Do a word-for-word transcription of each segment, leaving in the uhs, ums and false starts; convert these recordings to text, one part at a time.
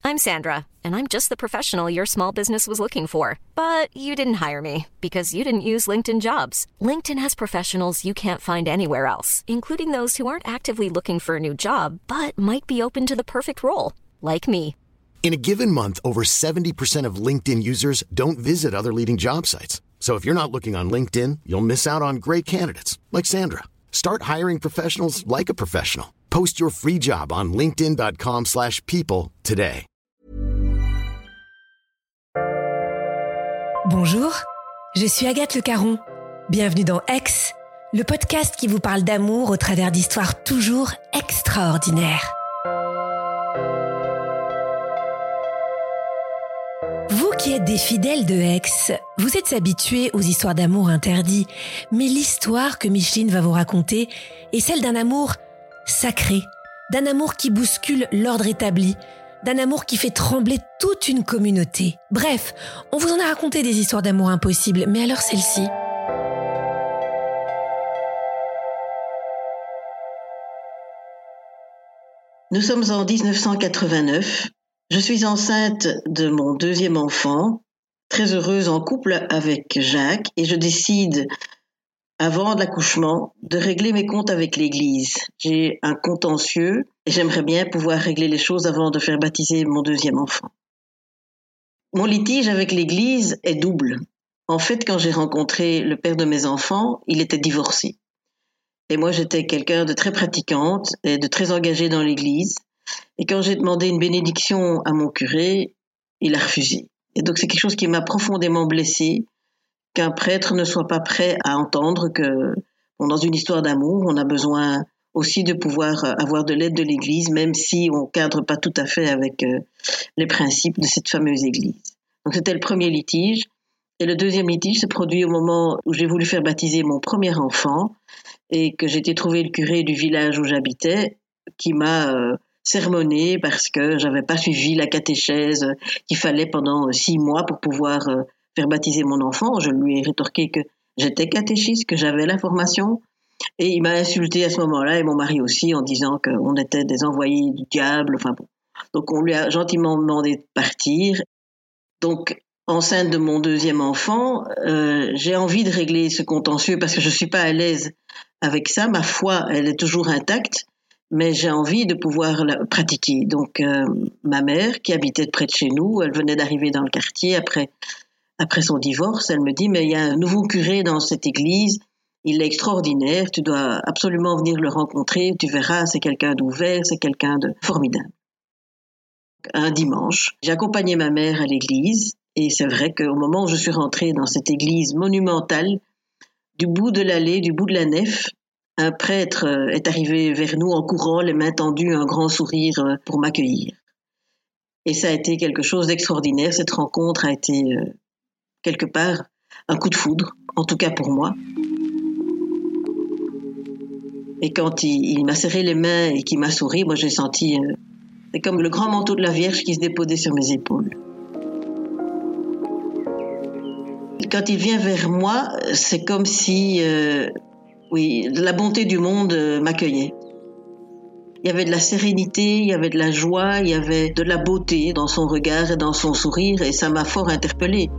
I'm Sandra, and I'm just the professional your small business was looking for. But you didn't hire me because you didn't use LinkedIn Jobs. LinkedIn has professionals you can't find anywhere else, including those who aren't actively looking for a new job, but might be open to the perfect role, like me. In a given month, over seventy percent of LinkedIn users don't visit other leading job sites. So if you're not looking on LinkedIn, you'll miss out on great candidates like Sandra. Start hiring professionals like a professional. Post your free job on linkedin.com slash people today. Bonjour, je suis Agathe Le Caron. Bienvenue dans Ex, le podcast qui vous parle d'amour au travers d'histoires toujours extraordinaires. Vous qui êtes des fidèles de Ex, vous êtes habitués aux histoires d'amour interdits, mais l'histoire que Micheline va vous raconter est celle d'un amour sacré, d'un amour qui bouscule l'ordre établi, d'un amour qui fait trembler toute une communauté. Bref, on vous en a raconté des histoires d'amour impossibles, mais alors celle-ci... Nous sommes en dix-neuf cent quatre-vingt-neuf. Je suis enceinte de mon deuxième enfant, très heureuse en couple avec Jacques, et je décide, avant l'accouchement, de régler mes comptes avec l'Église. J'ai un contentieux et j'aimerais bien pouvoir régler les choses avant de faire baptiser mon deuxième enfant. Mon litige avec l'Église est double. En fait, quand j'ai rencontré le père de mes enfants, il était divorcé. Et moi, j'étais quelqu'un de très pratiquante et de très engagée dans l'Église. Et quand j'ai demandé une bénédiction à mon curé, il a refusé. Et donc c'est quelque chose qui m'a profondément blessée, qu'un prêtre ne soit pas prêt à entendre que bon, dans une histoire d'amour, on a besoin aussi de pouvoir avoir de l'aide de l'Église, même si on ne cadre pas tout à fait avec euh, les principes de cette fameuse Église. Donc c'était le premier litige. Et le deuxième litige se produit au moment où j'ai voulu faire baptiser mon premier enfant et que j'ai été trouver le curé du village où j'habitais qui m'a... Euh, sermonné parce que j'avais pas suivi la catéchèse qu'il fallait pendant six mois pour pouvoir faire baptiser mon enfant. Je lui ai rétorqué que j'étais catéchiste, que j'avais la formation, et il m'a insulté à ce moment-là, et mon mari aussi, en disant qu'on était des envoyés du diable. Enfin bon. Donc on lui a gentiment demandé de partir. Donc enceinte de mon deuxième enfant, euh, j'ai envie de régler ce contentieux parce que je suis pas à l'aise avec ça. Ma foi, elle est toujours intacte. Mais j'ai envie de pouvoir la pratiquer. Donc, euh, ma mère, qui habitait près de chez nous, elle venait d'arriver dans le quartier après, après son divorce. Elle me dit, mais il y a un nouveau curé dans cette église, il est extraordinaire, tu dois absolument venir le rencontrer, tu verras, c'est quelqu'un d'ouvert, c'est quelqu'un de formidable. Un dimanche, j'ai accompagné ma mère à l'église, et c'est vrai qu'au moment où je suis rentrée dans cette église monumentale, du bout de l'allée, du bout de la nef, un prêtre est arrivé vers nous en courant, les mains tendues, un grand sourire pour m'accueillir. Et ça a été quelque chose d'extraordinaire. Cette rencontre a été, euh, quelque part, un coup de foudre, en tout cas pour moi. Et quand il, il m'a serré les mains et qu'il m'a souri, moi j'ai senti... Euh, c'est comme le grand manteau de la Vierge qui se déposait sur mes épaules. Quand il vient vers moi, c'est comme si... Euh, Oui, la bonté du monde m'accueillait. Il y avait de la sérénité, il y avait de la joie, il y avait de la beauté dans son regard et dans son sourire, et ça m'a fort interpellée.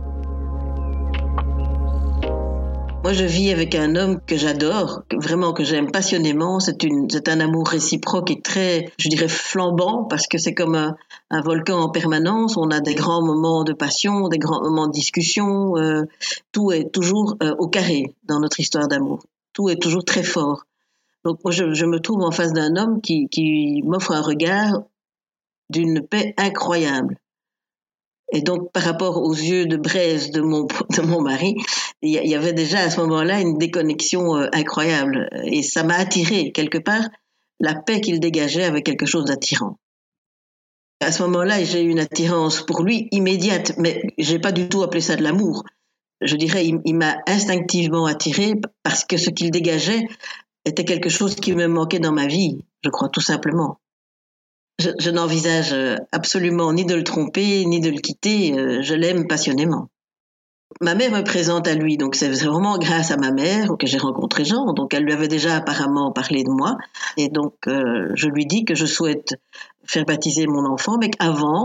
Moi, je vis avec un homme que j'adore, vraiment que j'aime passionnément. C'est, une, c'est un amour réciproque et très, je dirais, flambant, parce que c'est comme un, un volcan en permanence. On a des grands moments de passion, des grands moments de discussion. Euh, tout est toujours euh, au carré dans notre histoire d'amour. Tout est toujours très fort. Donc moi, je, je me trouve en face d'un homme qui, qui m'offre un regard d'une paix incroyable. Et donc, par rapport aux yeux de braise de mon, de mon mari, il y, y avait déjà à ce moment-là une déconnexion euh, incroyable. Et ça m'a attirée, quelque part, la paix qu'il dégageait avait quelque chose d'attirant. À ce moment-là, j'ai eu une attirance pour lui immédiate, mais j'ai pas du tout appelé ça de l'amour. Je dirais, il, il m'a instinctivement attirée parce que ce qu'il dégageait était quelque chose qui me manquait dans ma vie, je crois, tout simplement. Je, je n'envisage absolument ni de le tromper, ni de le quitter. Je l'aime passionnément. Ma mère me présente à lui, donc c'est vraiment grâce à ma mère que j'ai rencontré Jean. Donc elle lui avait déjà apparemment parlé de moi. Et donc euh, je lui dis que je souhaite faire baptiser mon enfant, mais qu'avant,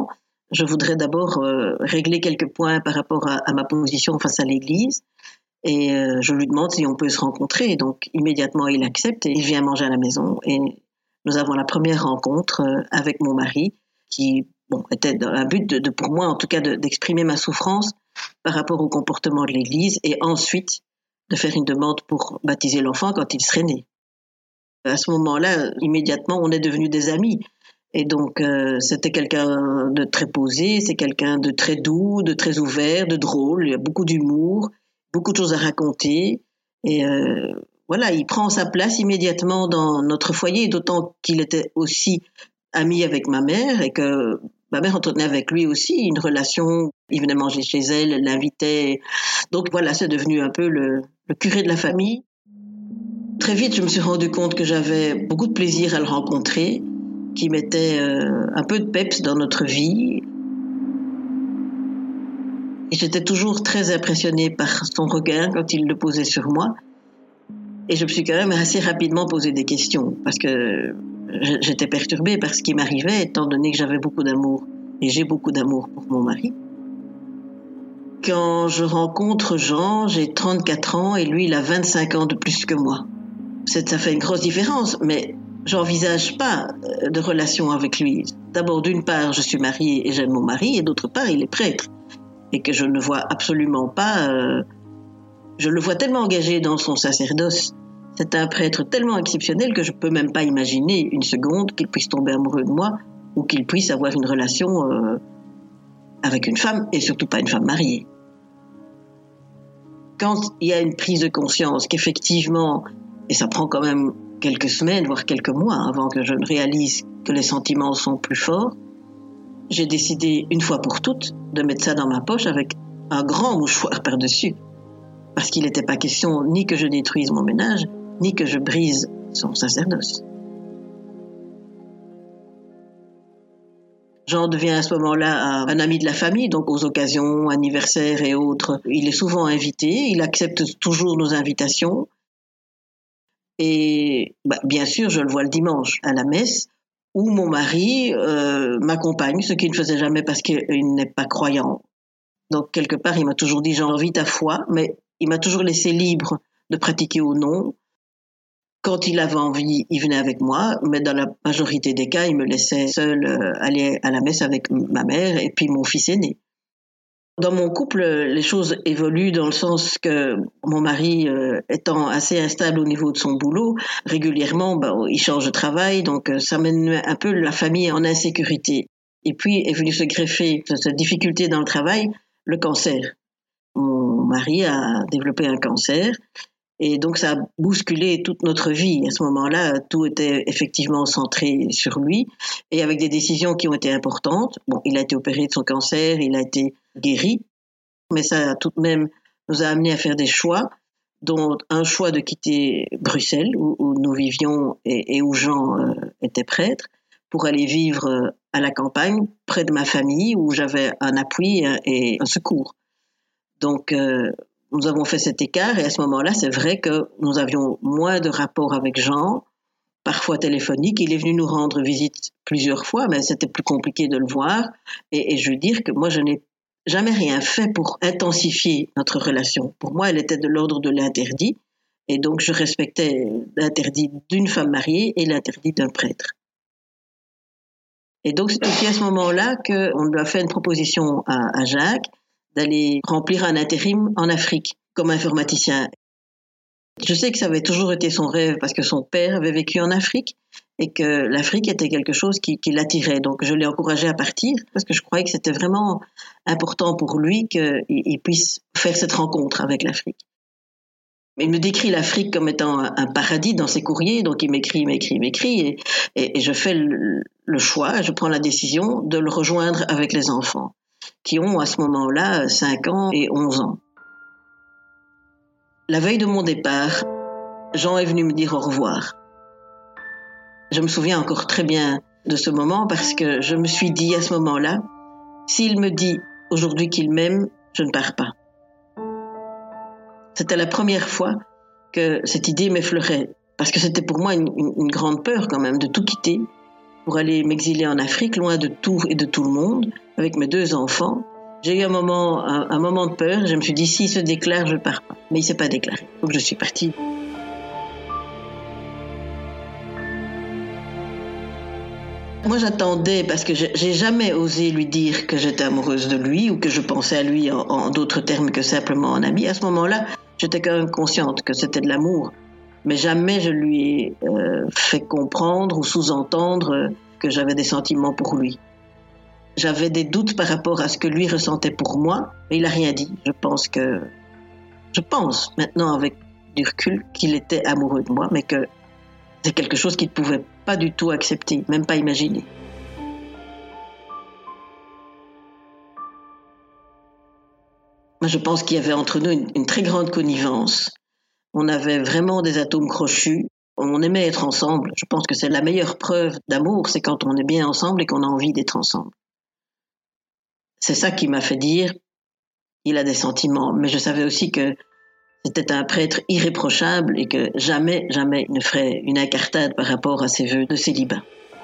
je voudrais d'abord euh, régler quelques points par rapport à, à ma position face à l'Église. Et euh, je lui demande si on peut se rencontrer. Donc immédiatement, il accepte et il vient manger à la maison. Et nous avons la première rencontre euh, avec mon mari, qui bon, était dans un but, de, de, pour moi en tout cas, de, d'exprimer ma souffrance par rapport au comportement de l'Église, et ensuite de faire une demande pour baptiser l'enfant quand il serait né. À ce moment-là, immédiatement, on est devenus des amis. Et donc, euh, c'était quelqu'un de très posé, c'est quelqu'un de très doux, de très ouvert, de drôle. Il y a beaucoup d'humour, beaucoup de choses à raconter. Et euh, voilà, il prend sa place immédiatement dans notre foyer, d'autant qu'il était aussi ami avec ma mère et que ma mère entretenait avec lui aussi une relation. Il venait manger chez elle, elle l'invitait. Donc voilà, c'est devenu un peu le, le curé de la famille. Très vite, je me suis rendu compte que j'avais beaucoup de plaisir à le rencontrer, qui mettait euh, un peu de peps dans notre vie. Et j'étais toujours très impressionnée par son regard quand il le posait sur moi. Et je me suis quand même assez rapidement posé des questions, parce que j'étais perturbée par ce qui m'arrivait, étant donné que j'avais beaucoup d'amour. Et j'ai beaucoup d'amour pour mon mari. Quand je rencontre Jean, j'ai trente-quatre ans et lui, il a vingt-cinq ans de plus que moi. C'est, ça fait une grosse différence, mais j'envisage pas de relation avec lui. D'abord, d'une part, je suis mariée et j'aime mon mari, et d'autre part, il est prêtre. Et que je ne vois absolument pas... Euh, je le vois tellement engagé dans son sacerdoce. C'est un prêtre tellement exceptionnel que je peux même pas imaginer une seconde qu'il puisse tomber amoureux de moi ou qu'il puisse avoir une relation euh, avec une femme, et surtout pas une femme mariée. Quand il y a une prise de conscience qu'effectivement, et ça prend quand même quelques semaines, voire quelques mois avant que je ne réalise que les sentiments sont plus forts, j'ai décidé une fois pour toutes de mettre ça dans ma poche avec un grand mouchoir par-dessus. Parce qu'il n'était pas question ni que je détruise mon ménage, ni que je brise son sacerdoce. Jean devient à ce moment-là un ami de la famille, donc aux occasions, anniversaires et autres. Il est souvent invité, il accepte toujours nos invitations. Et bah, bien sûr, je le vois le dimanche à la messe, où mon mari euh, m'accompagne, ce qu'il ne faisait jamais parce qu'il n'est pas croyant. Donc quelque part, il m'a toujours dit « j'ai envie ta foi », mais il m'a toujours laissé libre de pratiquer ou non. Quand il avait envie, il venait avec moi, mais dans la majorité des cas, il me laissait seul euh, aller à la messe avec ma mère et puis mon fils aîné. Dans mon couple, les choses évoluent dans le sens que mon mari, euh, étant assez instable au niveau de son boulot, régulièrement, bah, il change de travail, donc euh, ça mène un peu la famille en insécurité. Et puis est venu se greffer cette difficulté dans le travail, le cancer. Mon mari a développé un cancer. Et donc, ça a bousculé toute notre vie. À ce moment-là, tout était effectivement centré sur lui et avec des décisions qui ont été importantes. Bon, il a été opéré de son cancer, il a été guéri, mais ça, tout de même, nous a amené à faire des choix, dont un choix de quitter Bruxelles, où, où nous vivions et, et où Jean euh, était prêtre, pour aller vivre euh, à la campagne, près de ma famille, où j'avais un appui et un secours. Donc, euh, nous avons fait cet écart et à ce moment-là, c'est vrai que nous avions moins de rapports avec Jean, parfois téléphonique. Il est venu nous rendre visite plusieurs fois, mais c'était plus compliqué de le voir. Et, et je veux dire que moi, je n'ai jamais rien fait pour intensifier notre relation. Pour moi, elle était de l'ordre de l'interdit. Et donc, je respectais l'interdit d'une femme mariée et l'interdit d'un prêtre. Et donc, c'est aussi à ce moment-là qu'on lui a fait une proposition à, à Jacques d'aller remplir un intérim en Afrique comme informaticien. Je sais que ça avait toujours été son rêve parce que son père avait vécu en Afrique et que l'Afrique était quelque chose qui, qui l'attirait. Donc je l'ai encouragé à partir parce que je croyais que c'était vraiment important pour lui qu'il il puisse faire cette rencontre avec l'Afrique. Il me décrit l'Afrique comme étant un, un paradis dans ses courriers, donc il m'écrit, m'écrit, m'écrit et, et, et je fais le, le choix, je prends la décision de le rejoindre avec les enfants, qui ont à ce moment-là cinq ans et onze ans. La veille de mon départ, Jean est venu me dire au revoir. Je me souviens encore très bien de ce moment parce que je me suis dit à ce moment-là, s'il me dit aujourd'hui qu'il m'aime, je ne pars pas. C'était la première fois que cette idée m'effleurait parce que c'était pour moi une, une, une grande peur quand même de tout quitter pour aller m'exiler en Afrique, loin de tout et de tout le monde, avec mes deux enfants. J'ai eu un moment, un, un moment de peur. Je me suis dit, s'il se déclare, je ne pars pas. Mais il ne s'est pas déclaré. Donc je suis partie. Moi, j'attendais parce que j'ai jamais osé lui dire que j'étais amoureuse de lui ou que je pensais à lui en, en d'autres termes que simplement en ami. À ce moment-là, j'étais quand même consciente que c'était de l'amour. Mais jamais je lui ai euh, fait comprendre ou sous-entendre que j'avais des sentiments pour lui. J'avais des doutes par rapport à ce que lui ressentait pour moi, mais il n'a rien dit. Je pense que, je pense maintenant avec du recul qu'il était amoureux de moi, mais que c'est quelque chose qu'il ne pouvait pas du tout accepter, même pas imaginer. Moi, je pense qu'il y avait entre nous une, une très grande connivence. On avait vraiment des atomes crochus. On aimait être ensemble. Je pense que c'est la meilleure preuve d'amour, c'est quand on est bien ensemble et qu'on a envie d'être ensemble. C'est ça qui m'a fait dire, il a des sentiments. Mais je savais aussi que c'était un prêtre irréprochable et que jamais, jamais il ne ferait une incartade par rapport à ses vœux de célibat.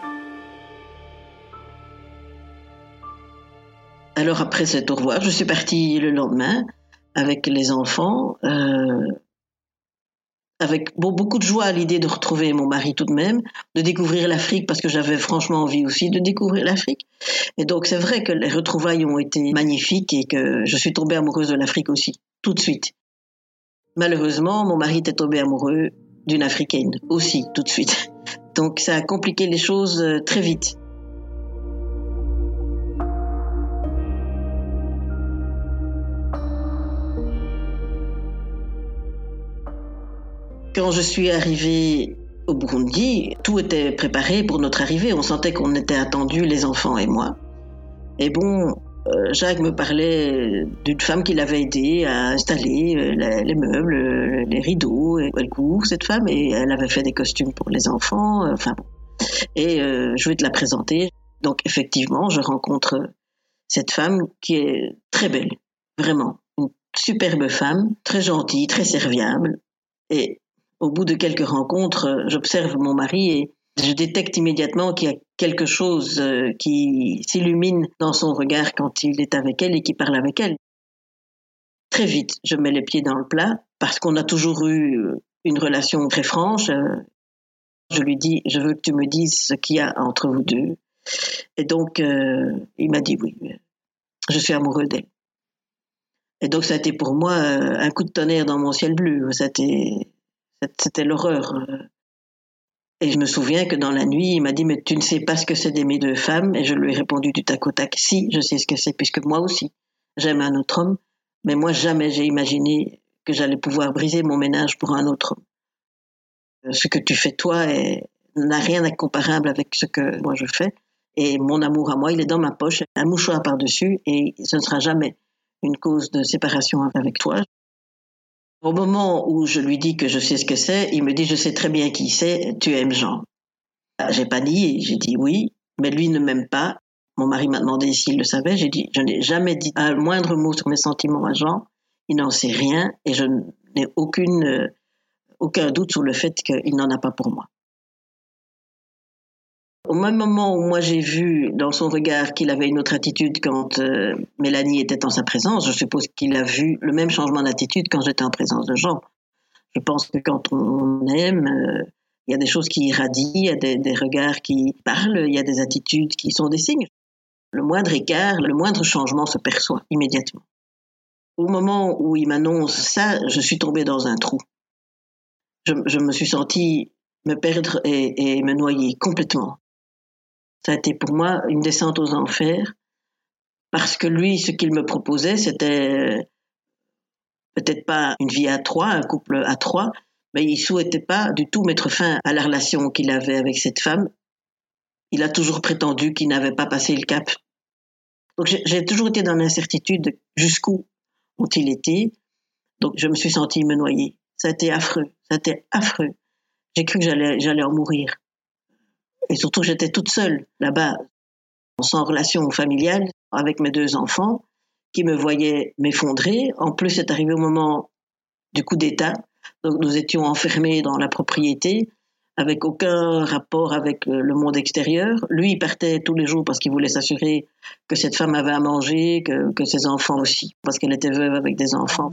Alors après cet au revoir, je suis partie le lendemain avec les enfants, euh, avec bon, beaucoup de joie à l'idée de retrouver mon mari tout de même, de découvrir l'Afrique parce que j'avais franchement envie aussi de découvrir l'Afrique. Et donc c'est vrai que les retrouvailles ont été magnifiques et que je suis tombée amoureuse de l'Afrique aussi, tout de suite. Malheureusement, mon mari était tombé amoureux d'une Africaine aussi, tout de suite. Donc ça a compliqué les choses très vite. Quand je suis arrivée au Burundi, tout était préparé pour notre arrivée. On sentait qu'on était attendus, les enfants et moi. Et bon, euh, Jacques me parlait d'une femme qui l'avait aidé à installer euh, la, les meubles, euh, les rideaux. Et elle court, cette femme, et elle avait fait des costumes pour les enfants. Euh, enfin bon. Et euh, je vais te la présenter. Donc effectivement, je rencontre cette femme qui est très belle, vraiment. Une superbe femme, très gentille, très serviable. Et au bout de quelques rencontres, j'observe mon mari et je détecte immédiatement qu'il y a quelque chose qui s'illumine dans son regard quand il est avec elle et qu'il parle avec elle. Très vite, je mets les pieds dans le plat parce qu'on a toujours eu une relation très franche. Je lui dis, je veux que tu me dises ce qu'il y a entre vous deux. Et donc, euh, il m'a dit oui, je suis amoureux d'elle. Et donc, ça a été pour moi un coup de tonnerre dans mon ciel bleu. C'était... C'était l'horreur. Et je me souviens que dans la nuit, il m'a dit « Mais tu ne sais pas ce que c'est d'aimer deux femmes ?» Et je lui ai répondu du tac au tac « Si, je sais ce que c'est, puisque moi aussi, j'aime un autre homme. Mais moi, jamais j'ai imaginé que j'allais pouvoir briser mon ménage pour un autre homme. Ce que tu fais toi est, n'a rien à comparable avec ce que moi je fais. Et mon amour à moi, il est dans ma poche, un mouchoir par-dessus, et ce ne sera jamais une cause de séparation avec toi. » Au moment où je lui dis que je sais ce que c'est, il me dit « Je sais très bien qui c'est, tu aimes Jean. » J'ai pas nié, j'ai dit oui, mais lui ne m'aime pas. Mon mari m'a demandé s'il le savait, j'ai dit « Je n'ai jamais dit un moindre mot sur mes sentiments à Jean, il n'en sait rien et je n'ai aucune, euh, aucun doute sur le fait qu'il n'en a pas pour moi. » Au même moment où moi j'ai vu dans son regard qu'il avait une autre attitude quand euh, Mélanie était en sa présence, je suppose qu'il a vu le même changement d'attitude quand j'étais en présence de Jean. Je pense que quand on aime, euh, il y a des choses qui irradient, il y a des, des regards qui parlent, il y a des attitudes qui sont des signes. Le moindre écart, le moindre changement se perçoit immédiatement. Au moment où il m'annonce ça, je suis tombée dans un trou. Je, je me suis sentie me perdre et, et me noyer complètement. Ça a été pour moi une descente aux enfers, parce que lui, ce qu'il me proposait, c'était peut-être pas une vie à trois, un couple à trois, mais il souhaitait pas du tout mettre fin à la relation qu'il avait avec cette femme. Il a toujours prétendu qu'il n'avait pas passé le cap. Donc j'ai, j'ai toujours été dans l'incertitude jusqu'où ont-ils été. Donc je me suis sentie me noyer. Ça a été affreux, ça a été affreux. J'ai cru que j'allais, j'allais en mourir. Et surtout, j'étais toute seule là-bas, sans relation familiale, avec mes deux enfants, qui me voyaient m'effondrer. En plus, c'est arrivé au moment du coup d'État. Donc, nous étions enfermés dans la propriété. avec aucun rapport avec le monde extérieur. Lui, il partait tous les jours parce qu'il voulait s'assurer que cette femme avait à manger, que, que ses enfants aussi, parce qu'elle était veuve avec des enfants.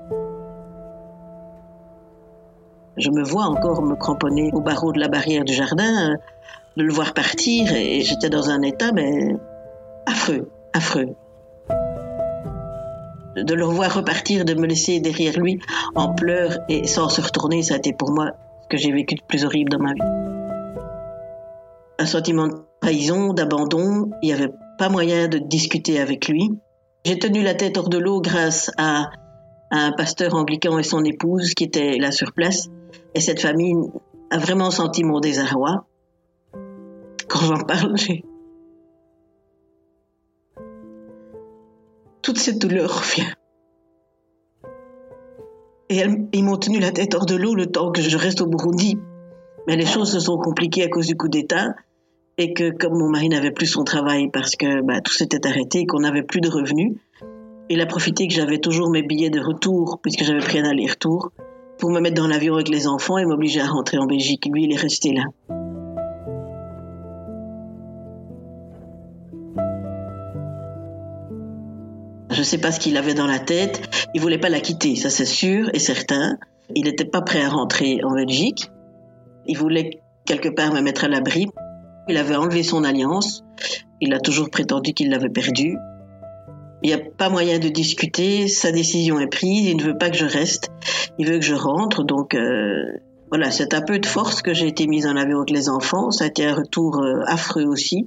Je me vois encore me cramponner au barreau de la barrière du jardin, de le voir partir, et j'étais dans un état mais affreux, affreux. De le voir repartir, de me laisser derrière lui en pleurs et sans se retourner, ça a été pour moi ce que j'ai vécu de plus horrible dans ma vie. Un sentiment de trahison, d'abandon, il n'y avait pas moyen de discuter avec lui. J'ai tenu la tête hors de l'eau grâce à, à un pasteur anglican et son épouse qui étaient là sur place. Et cette famille a vraiment senti mon désarroi. Quand j'en parle, j'ai... toute cette douleur revient. Et elles, ils m'ont tenu la tête hors de l'eau le temps que je reste au Burundi. Mais les choses se sont compliquées à cause du coup d'État. Et que comme mon mari n'avait plus son travail parce que bah, tout s'était arrêté et qu'on n'avait plus de revenus, il a profité que j'avais toujours mes billets de retour, puisque j'avais pris un aller-retour, pour me mettre dans l'avion avec les enfants et m'obliger à rentrer en Belgique. Lui, il est resté là. Je ne sais pas ce qu'il avait dans la tête. Il ne voulait pas la quitter, ça c'est sûr et certain. Il n'était pas prêt à rentrer en Belgique. Il voulait quelque part me mettre à l'abri. Il avait enlevé son alliance. Il a toujours prétendu qu'il l'avait perdue. Il n'y a pas moyen de discuter. Sa décision est prise. Il ne veut pas que je reste. Il veut que je rentre. Donc euh, voilà, c'est un peu de force que j'ai été mise en avion avec les enfants. Ça a été un retour euh, affreux aussi.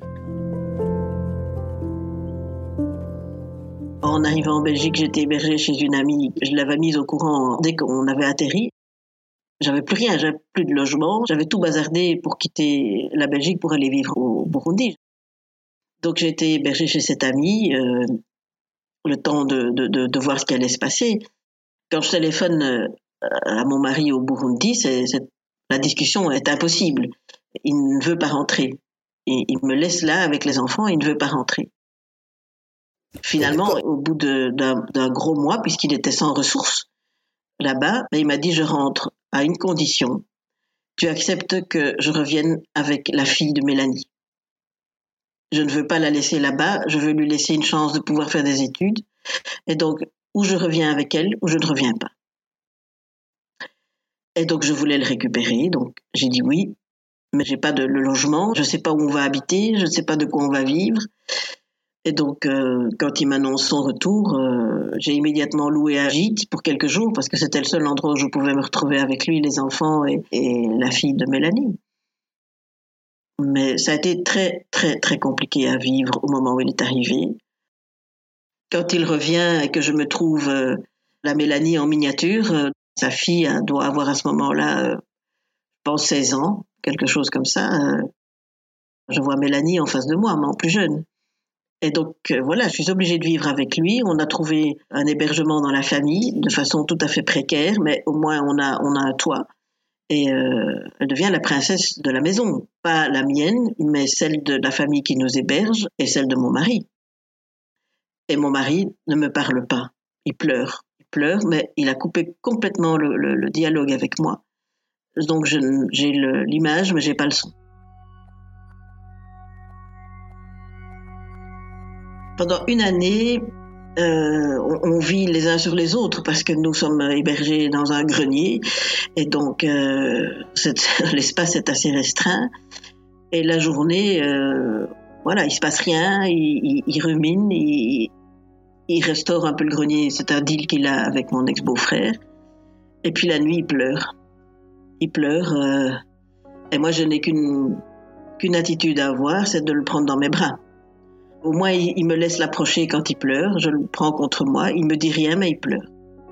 En arrivant en Belgique, j'étais hébergée chez une amie. Je l'avais mise au courant dès qu'on avait atterri. J'avais plus rien, j'avais plus de logement. J'avais tout bazardé pour quitter la Belgique pour aller vivre au Burundi. Donc j'ai été hébergée chez cette amie, euh, le temps de, de, de, de voir ce qui allait se passer. Quand je téléphone à mon mari au Burundi, c'est, c'est, la discussion est impossible. Il ne veut pas rentrer. Et il me laisse là avec les enfants, il ne veut pas rentrer. Finalement, au bout de, d'un, d'un gros mois, puisqu'il était sans ressources là-bas, il m'a dit « Je rentre à une condition. Tu acceptes que je revienne avec la fille de Mélanie. Je ne veux pas la laisser là-bas, je veux lui laisser une chance de pouvoir faire des études. Et donc, ou je reviens avec elle, ou je ne reviens pas. » Et donc, je voulais le récupérer. Donc, j'ai dit oui, mais j'ai pas de logement, je ne sais pas où on va habiter, je ne sais pas de quoi on va vivre. Et donc, euh, quand il m'annonce son retour, euh, j'ai immédiatement loué un gîte pour quelques jours parce que c'était le seul endroit où je pouvais me retrouver avec lui, les enfants et, et la fille de Mélanie. Mais ça a été très, très, très compliqué à vivre au moment où il est arrivé. Quand il revient et que je me trouve euh, la Mélanie en miniature, euh, sa fille hein, doit avoir à ce moment-là, euh, je pense, seize ans, quelque chose comme ça. Euh, je vois Mélanie en face de moi, mais en plus jeune. Et donc, euh, voilà, je suis obligée de vivre avec lui. On a trouvé un hébergement dans la famille, de façon tout à fait précaire, mais au moins on a, on a un toit. Et euh, elle devient la princesse de la maison. Pas la mienne, mais celle de la famille qui nous héberge et celle de mon mari. Et mon mari ne me parle pas. Il pleure. Il pleure, mais il a coupé complètement le, le, le dialogue avec moi. Donc, je, j'ai le, l'image, mais j'ai pas le son. Pendant une année, euh, on, on vit les uns sur les autres parce que nous sommes hébergés dans un grenier et donc euh, l'espace est assez restreint. Et la journée, euh, voilà, il se passe rien, il, il, il rumine, il, il restaure un peu le grenier. C'est un deal qu'il a avec mon ex-beau-frère. Et puis la nuit, il pleure. Il pleure. Euh, et moi, je n'ai qu'une, qu'une attitude à avoir, c'est de le prendre dans mes bras. Au moins, il, il me laisse l'approcher quand il pleure. Je le prends contre moi. Il me dit rien, mais il pleure.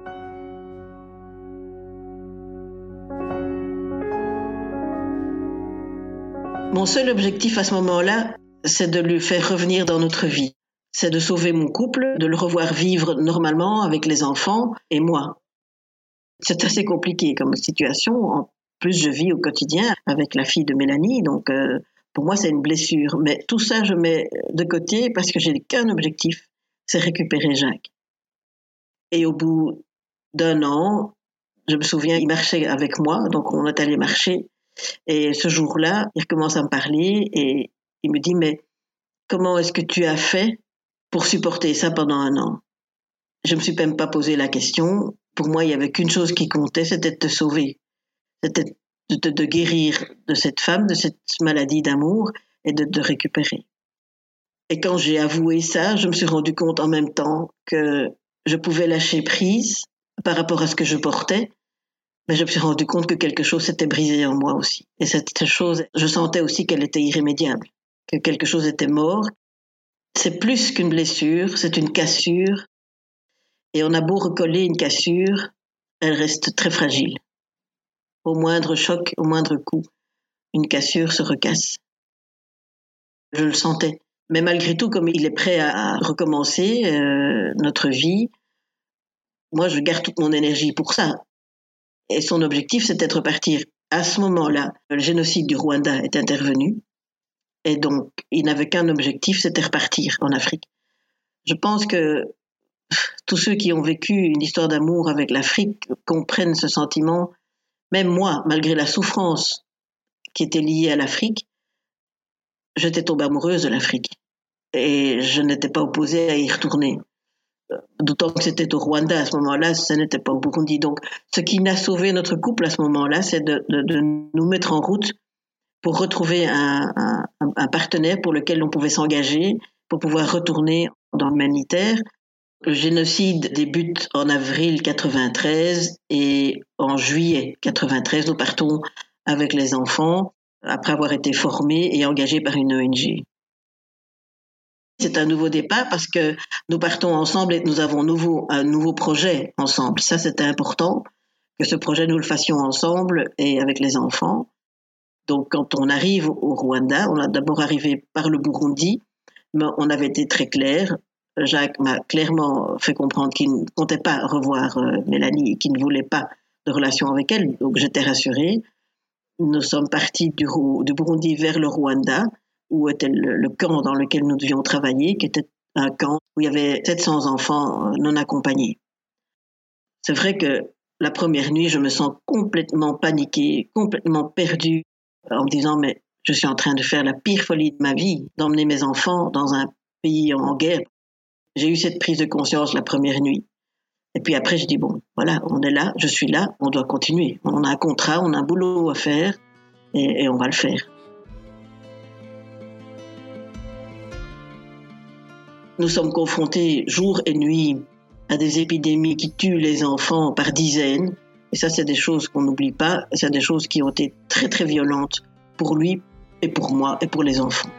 Mon seul objectif à ce moment-là, c'est de le faire revenir dans notre vie. C'est de sauver mon couple, de le revoir vivre normalement avec les enfants et moi. C'est assez compliqué comme situation. En plus, je vis au quotidien avec la fille de Mélanie, donc euh, pour moi, c'est une blessure. Mais tout ça, je mets de côté parce que j'ai qu'un objectif, c'est récupérer Jacques. Et au bout d'un an, je me souviens, il marchait avec moi, donc on est allé marcher. Et ce jour-là, il recommence à me parler et il me dit, mais comment est-ce que tu as fait pour supporter ça pendant un an? Je me suis même pas posé la question. Pour moi, il y avait qu'une chose qui comptait, c'était de te sauver. C'était de te de guérir de cette femme, de cette maladie d'amour et de te récupérer. Et quand j'ai avoué ça, je me suis rendu compte en même temps que je pouvais lâcher prise par rapport à ce que je portais, mais je me suis rendu compte que quelque chose s'était brisé en moi aussi. Et cette chose, je sentais aussi qu'elle était irrémédiable, que quelque chose était mort. C'est plus qu'une blessure, c'est une cassure. Et on a beau recoller une cassure, elle reste très fragile. Au moindre choc, au moindre coup, une cassure se recasse. Je le sentais. Mais malgré tout, comme il est prêt à recommencer euh, notre vie, moi, je garde toute mon énergie pour ça. Et son objectif, c'était de repartir. À ce moment-là, le génocide du Rwanda est intervenu. Et donc, il n'avait qu'un objectif, c'était repartir en Afrique. Je pense que tous ceux qui ont vécu une histoire d'amour avec l'Afrique comprennent ce sentiment. Même moi, malgré la souffrance qui était liée à l'Afrique, j'étais tombée amoureuse de l'Afrique. Et je n'étais pas opposée à y retourner. D'autant que c'était au Rwanda à ce moment-là, ce n'était pas au Burundi. Donc, ce qui a sauvé notre couple à ce moment-là, c'est de, de, de nous mettre en route pour retrouver un, un, un partenaire pour lequel on pouvait s'engager, pour pouvoir retourner dans l'humanitaire. Le génocide débute en avril quatre-vingt-treize et en juillet quatre-vingt-treize, nous partons avec les enfants après avoir été formés et engagés par une O N G. C'est un nouveau départ parce que nous partons ensemble et nous avons nouveau, un nouveau projet ensemble. Ça, c'était important que ce projet, nous le fassions ensemble et avec les enfants. Donc, quand on arrive au Rwanda, on a d'abord arrivé par le Burundi, mais on avait été très clair. Jacques m'a clairement fait comprendre qu'il ne comptait pas revoir euh, Mélanie et qu'il ne voulait pas de relation avec elle. Donc, j'étais rassurée. Nous sommes partis du, du Burundi vers le Rwanda, où était le, le camp dans lequel nous devions travailler, qui était un camp où il y avait sept cents enfants non accompagnés. C'est vrai que la première nuit, je me sens complètement paniquée, complètement perdue, en me disant, mais je suis en train de faire la pire folie de ma vie, d'emmener mes enfants dans un pays en guerre. J'ai eu cette prise de conscience la première nuit. Et puis après, je dis, bon, voilà, on est là, je suis là, on doit continuer. On a un contrat, on a un boulot à faire, et, et on va le faire. Nous sommes confrontés jour et nuit à des épidémies qui tuent les enfants par dizaines. Et ça, c'est des choses qu'on n'oublie pas. C'est des choses qui ont été très, très violentes pour lui et pour moi et pour les enfants.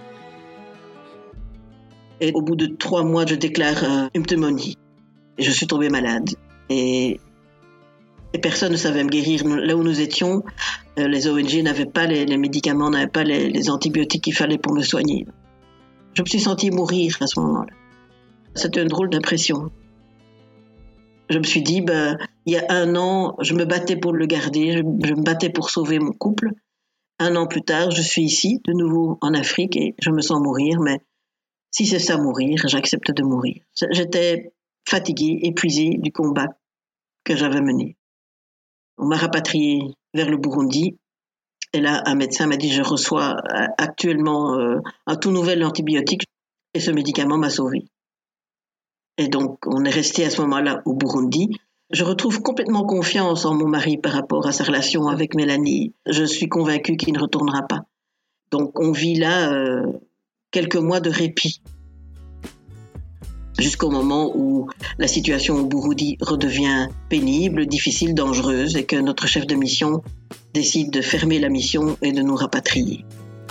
Et au bout de trois mois, je déclare euh, une pneumonie. Et je suis tombée malade. Et, et personne ne savait me guérir. Là où nous étions, euh, les O N G n'avaient pas les, les médicaments, n'avaient pas les, les antibiotiques qu'il fallait pour me soigner. Je me suis sentie mourir à ce moment-là. C'était une drôle d'impression. Je me suis dit, ben, il y a un an, je me battais pour le garder, je, je me battais pour sauver mon couple. Un an plus tard, je suis ici, de nouveau en Afrique, et je me sens mourir, mais si c'est ça mourir, j'accepte de mourir. J'étais fatiguée, épuisée du combat que j'avais mené. On m'a rapatriée vers le Burundi, et là, un médecin m'a dit, je reçois actuellement euh, un tout nouvel antibiotique, et ce médicament m'a sauvée. Et donc, on est resté à ce moment-là au Burundi. Je retrouve complètement confiance en mon mari par rapport à sa relation avec Mélanie. Je suis convaincue qu'il ne retournera pas. Donc, on vit là euh, quelques mois de répit. Jusqu'au moment où la situation au Burundi redevient pénible, difficile, dangereuse, et que notre chef de mission décide de fermer la mission et de nous rapatrier.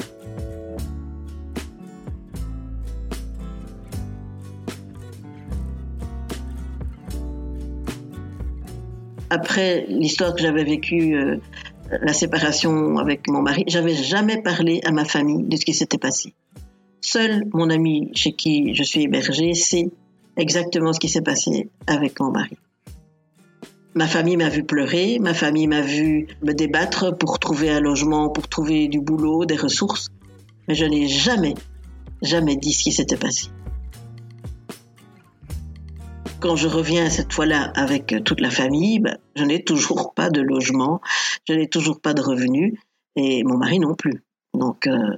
Après l'histoire que j'avais vécue, euh, la séparation avec mon mari, j'avais jamais parlé à ma famille de ce qui s'était passé. Seul mon ami chez qui je suis hébergée sait exactement ce qui s'est passé avec mon mari. Ma famille m'a vu pleurer, ma famille m'a vu me débattre pour trouver un logement, pour trouver du boulot, des ressources, mais je n'ai jamais, jamais dit ce qui s'était passé. Quand je reviens cette fois-là avec toute la famille, ben, je n'ai toujours pas de logement, je n'ai toujours pas de revenus, et mon mari non plus. Donc, euh,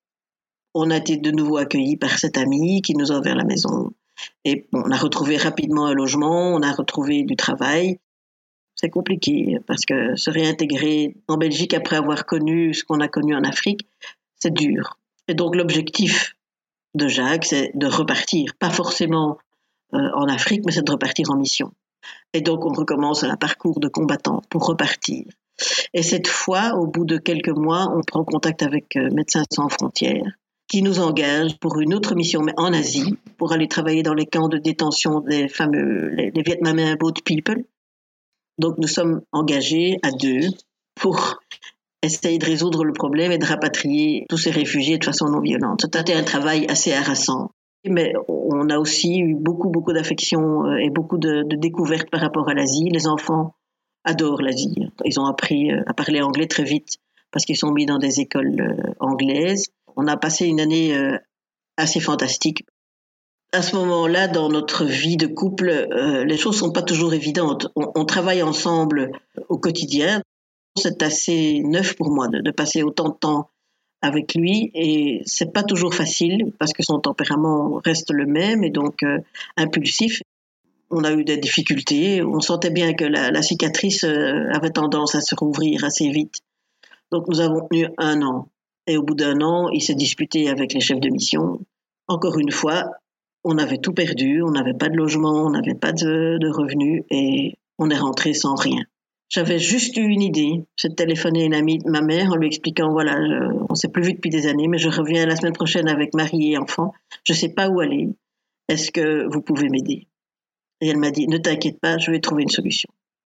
on a été de nouveau accueillis par cet ami qui nous a ouvert la maison. Et bon, on a retrouvé rapidement un logement, on a retrouvé du travail. C'est compliqué parce que se réintégrer en Belgique après avoir connu ce qu'on a connu en Afrique, c'est dur. Et donc l'objectif de Jacques, c'est de repartir, pas forcément euh, en Afrique, mais c'est de repartir en mission. Et donc on recommence un parcours de combattant pour repartir. Et cette fois, au bout de quelques mois, on prend contact avec euh, Médecins sans frontières, qui nous engage pour une autre mission, mais en Asie, pour aller travailler dans les camps de détention des fameux, les, les Vietnamiens Boat People. Donc nous sommes engagés à deux pour essayer de résoudre le problème et de rapatrier tous ces réfugiés de façon non violente. C'était un travail assez harassant. Mais on a aussi eu beaucoup, beaucoup d'affection et beaucoup de, de découvertes par rapport à l'Asie. Les enfants adorent l'Asie. Ils ont appris à parler anglais très vite parce qu'ils sont mis dans des écoles anglaises. On a passé une année assez fantastique. À ce moment-là, dans notre vie de couple, euh, les choses sont pas toujours évidentes. On, on travaille ensemble au quotidien. C'est assez neuf pour moi de, de passer autant de temps avec lui et c'est pas toujours facile parce que son tempérament reste le même et donc euh, impulsif. On a eu des difficultés. On sentait bien que la, la cicatrice euh, avait tendance à se rouvrir assez vite. Donc nous avons tenu un an et au bout d'un an, il s'est disputé avec les chefs de mission. Encore une fois, on avait tout perdu, on n'avait pas de logement, on n'avait pas de, de revenus et on est rentré sans rien. J'avais juste eu une idée, c'est de téléphoner à une amie de ma mère en lui expliquant, voilà, je, on ne s'est plus vu depuis des années, mais je reviens la semaine prochaine avec mari et enfant, je ne sais pas où aller, est-ce que vous pouvez m'aider? Et elle m'a dit, ne t'inquiète pas, je vais trouver une solution.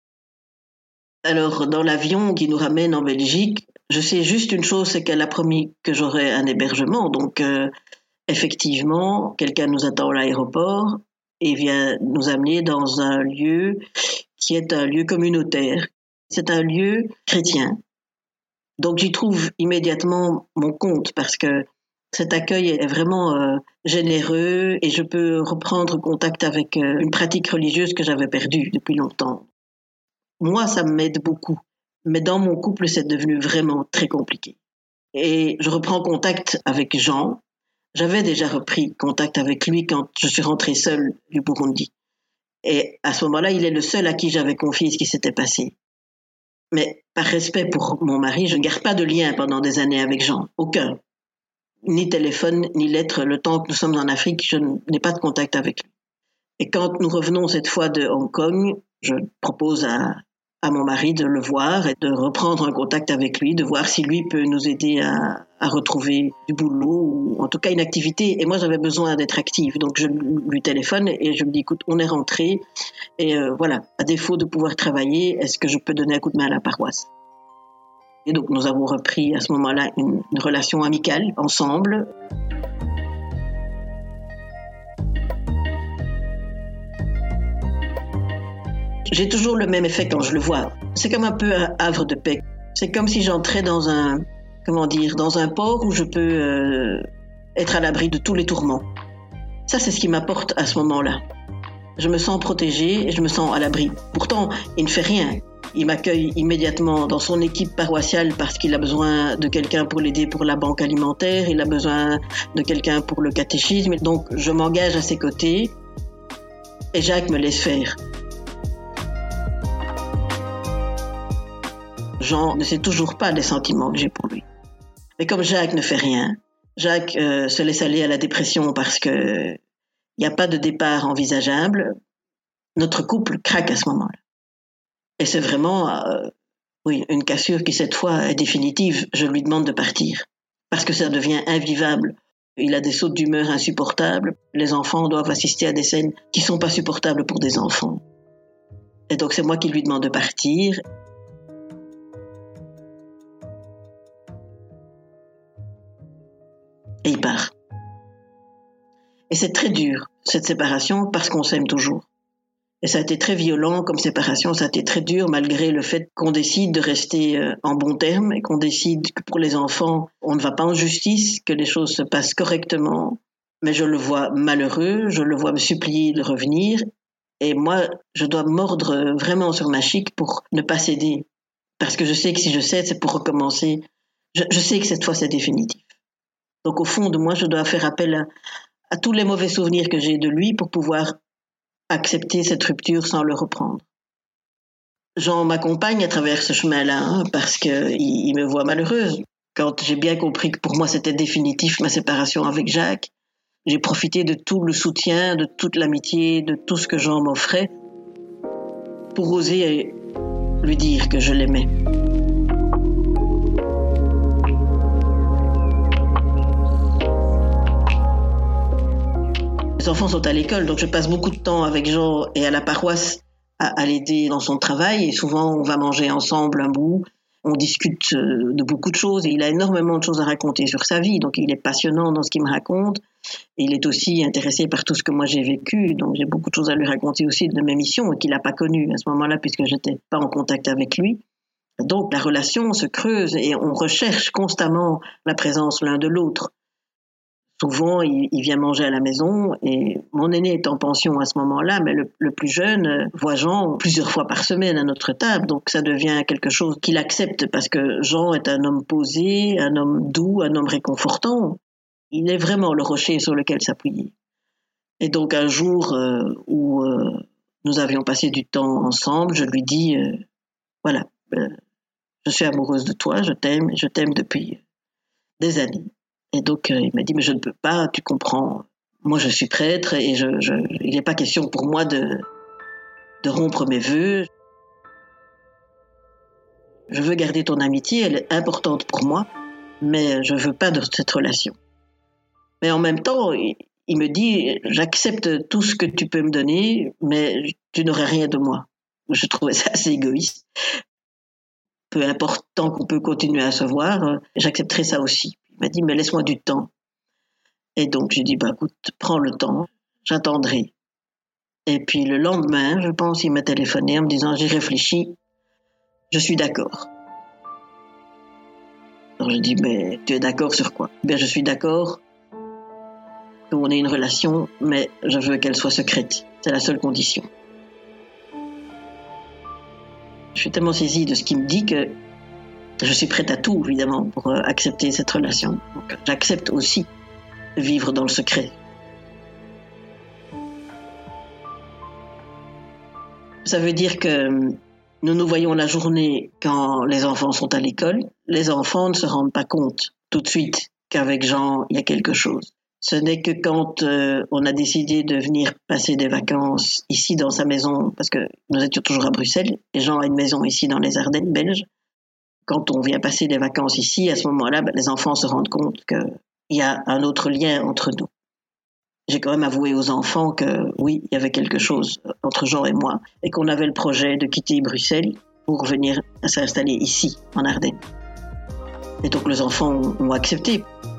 Alors, dans l'avion qui nous ramène en Belgique, je sais juste une chose, c'est qu'elle a promis que j'aurais un hébergement, donc... Euh, Effectivement, quelqu'un nous attend à l'aéroport et vient nous amener dans un lieu qui est un lieu communautaire. C'est un lieu chrétien. Donc j'y trouve immédiatement mon compte parce que cet accueil est vraiment euh, généreux et je peux reprendre contact avec euh, une pratique religieuse que j'avais perdue depuis longtemps. Moi, ça m'aide beaucoup. Mais dans mon couple, c'est devenu vraiment très compliqué. Et je reprends contact avec Jean. J'avais déjà repris contact avec lui quand je suis rentrée seule du Burundi. Et à ce moment-là, il est le seul à qui j'avais confié ce qui s'était passé. Mais par respect pour mon mari, je ne garde pas de lien pendant des années avec Jean. Aucun. Ni téléphone, ni lettre. Le temps que nous sommes en Afrique, je n'ai pas de contact avec lui. Et quand nous revenons cette fois de Hong Kong, je propose à, à mon mari de le voir et de reprendre un contact avec lui, de voir si lui peut nous aider à, à retrouver du boulot ou en tout cas une activité. Et moi, j'avais besoin d'être active. Donc, je lui téléphone et je me dis, écoute, on est rentré. Et euh, voilà, à défaut de pouvoir travailler, est-ce que je peux donner un coup de main à la paroisse? Et donc, nous avons repris à ce moment-là une, une relation amicale ensemble. J'ai toujours le même effet quand je le vois. C'est comme un peu un havre de paix. C'est comme si j'entrais dans un, comment dire, dans un port où je peux euh, être à l'abri de tous les tourments. Ça, c'est ce qui m'apporte à ce moment-là. Je me sens protégée et je me sens à l'abri. Pourtant, il ne fait rien. Il m'accueille immédiatement dans son équipe paroissiale parce qu'il a besoin de quelqu'un pour l'aider pour la banque alimentaire, il a besoin de quelqu'un pour le catéchisme. Donc, je m'engage à ses côtés et Jacques me laisse faire. Jean ne sait toujours pas les sentiments que j'ai pour lui. Mais comme Jacques ne fait rien, Jacques euh, se laisse aller à la dépression parce que il n'y a pas de départ envisageable, notre couple craque à ce moment-là. Et c'est vraiment euh, oui, une cassure qui cette fois est définitive. Je lui demande de partir parce que ça devient invivable. Il a des sautes d'humeur insupportables. Les enfants doivent assister à des scènes qui ne sont pas supportables pour des enfants. Et donc c'est moi qui lui demande de partir. Et il part. Et c'est très dur, cette séparation, parce qu'on s'aime toujours. Et ça a été très violent comme séparation, ça a été très dur malgré le fait qu'on décide de rester en bons termes et qu'on décide que pour les enfants, on ne va pas en justice, que les choses se passent correctement. Mais je le vois malheureux, je le vois me supplier de revenir. Et moi, je dois mordre vraiment sur ma chique pour ne pas céder. Parce que je sais que si je cède, c'est pour recommencer je, je sais que cette fois c'est définitif. Donc au fond de moi, je dois faire appel à, à tous les mauvais souvenirs que j'ai de lui pour pouvoir accepter cette rupture sans le reprendre. Jean m'accompagne à travers ce chemin-là hein, parce qu'il il me voit malheureuse. Quand j'ai bien compris que pour moi c'était définitif ma séparation avec Jacques, j'ai profité de tout le soutien, de toute l'amitié, de tout ce que Jean m'offrait pour oser lui dire que je l'aimais. Les enfants sont à l'école, donc je passe beaucoup de temps avec Jean et à la paroisse à, à l'aider dans son travail. Et souvent, on va manger ensemble un bout, on discute de beaucoup de choses. Et il a énormément de choses à raconter sur sa vie, donc il est passionnant dans ce qu'il me raconte. Et il est aussi intéressé par tout ce que moi j'ai vécu, donc j'ai beaucoup de choses à lui raconter aussi de mes missions qu'il n'a pas connues à ce moment-là, puisque je n'étais pas en contact avec lui. Donc la relation se creuse et on recherche constamment la présence l'un de l'autre. Souvent, il, il vient manger à la maison et mon aîné est en pension à ce moment-là, mais le, le plus jeune voit Jean plusieurs fois par semaine à notre table. Donc ça devient quelque chose qu'il accepte parce que Jean est un homme posé, un homme doux, un homme réconfortant. Il est vraiment le rocher sur lequel s'appuyer. Et donc un jour euh, où euh, nous avions passé du temps ensemble, je lui dis, euh, voilà, euh, je suis amoureuse de toi, je t'aime, je t'aime depuis des années. Et donc, euh, il m'a dit, mais je ne peux pas, tu comprends. Moi, je suis prêtre et je, je, il n'est pas question pour moi de, de rompre mes vœux. Je veux garder ton amitié, elle est importante pour moi, mais je ne veux pas de cette relation. Mais en même temps, il, il me dit, j'accepte tout ce que tu peux me donner, mais tu n'auras rien de moi. Je trouvais ça assez égoïste. Peu importe, tant qu'on peut continuer à se voir, j'accepterai ça aussi. Il m'a dit, mais laisse-moi du temps. Et donc, j'ai dit, bah, écoute, prends le temps, j'attendrai. Et puis, le lendemain, je pense, il m'a téléphoné en me disant, j'ai réfléchi, je suis d'accord. Alors, je dis, mais tu es d'accord sur quoi? Bien, je suis d'accord qu'on ait une relation, mais je veux qu'elle soit secrète. C'est la seule condition. Je suis tellement saisie de ce qu'il me dit que je suis prête à tout, évidemment, pour euh, accepter cette relation. Donc, j'accepte aussi de vivre dans le secret. Ça veut dire que nous nous voyons la journée quand les enfants sont à l'école. Les enfants ne se rendent pas compte tout de suite qu'avec Jean, il y a quelque chose. Ce n'est que quand euh, on a décidé de venir passer des vacances ici dans sa maison, parce que nous étions toujours à Bruxelles, et Jean a une maison ici dans les Ardennes belges. Quand on vient passer des vacances ici, à ce moment-là, ben, les enfants se rendent compte qu'il y a un autre lien entre nous. J'ai quand même avoué aux enfants que oui, il y avait quelque chose entre Jean et moi, et qu'on avait le projet de quitter Bruxelles pour venir s'installer ici, en Ardennes. Et donc les enfants ont accepté.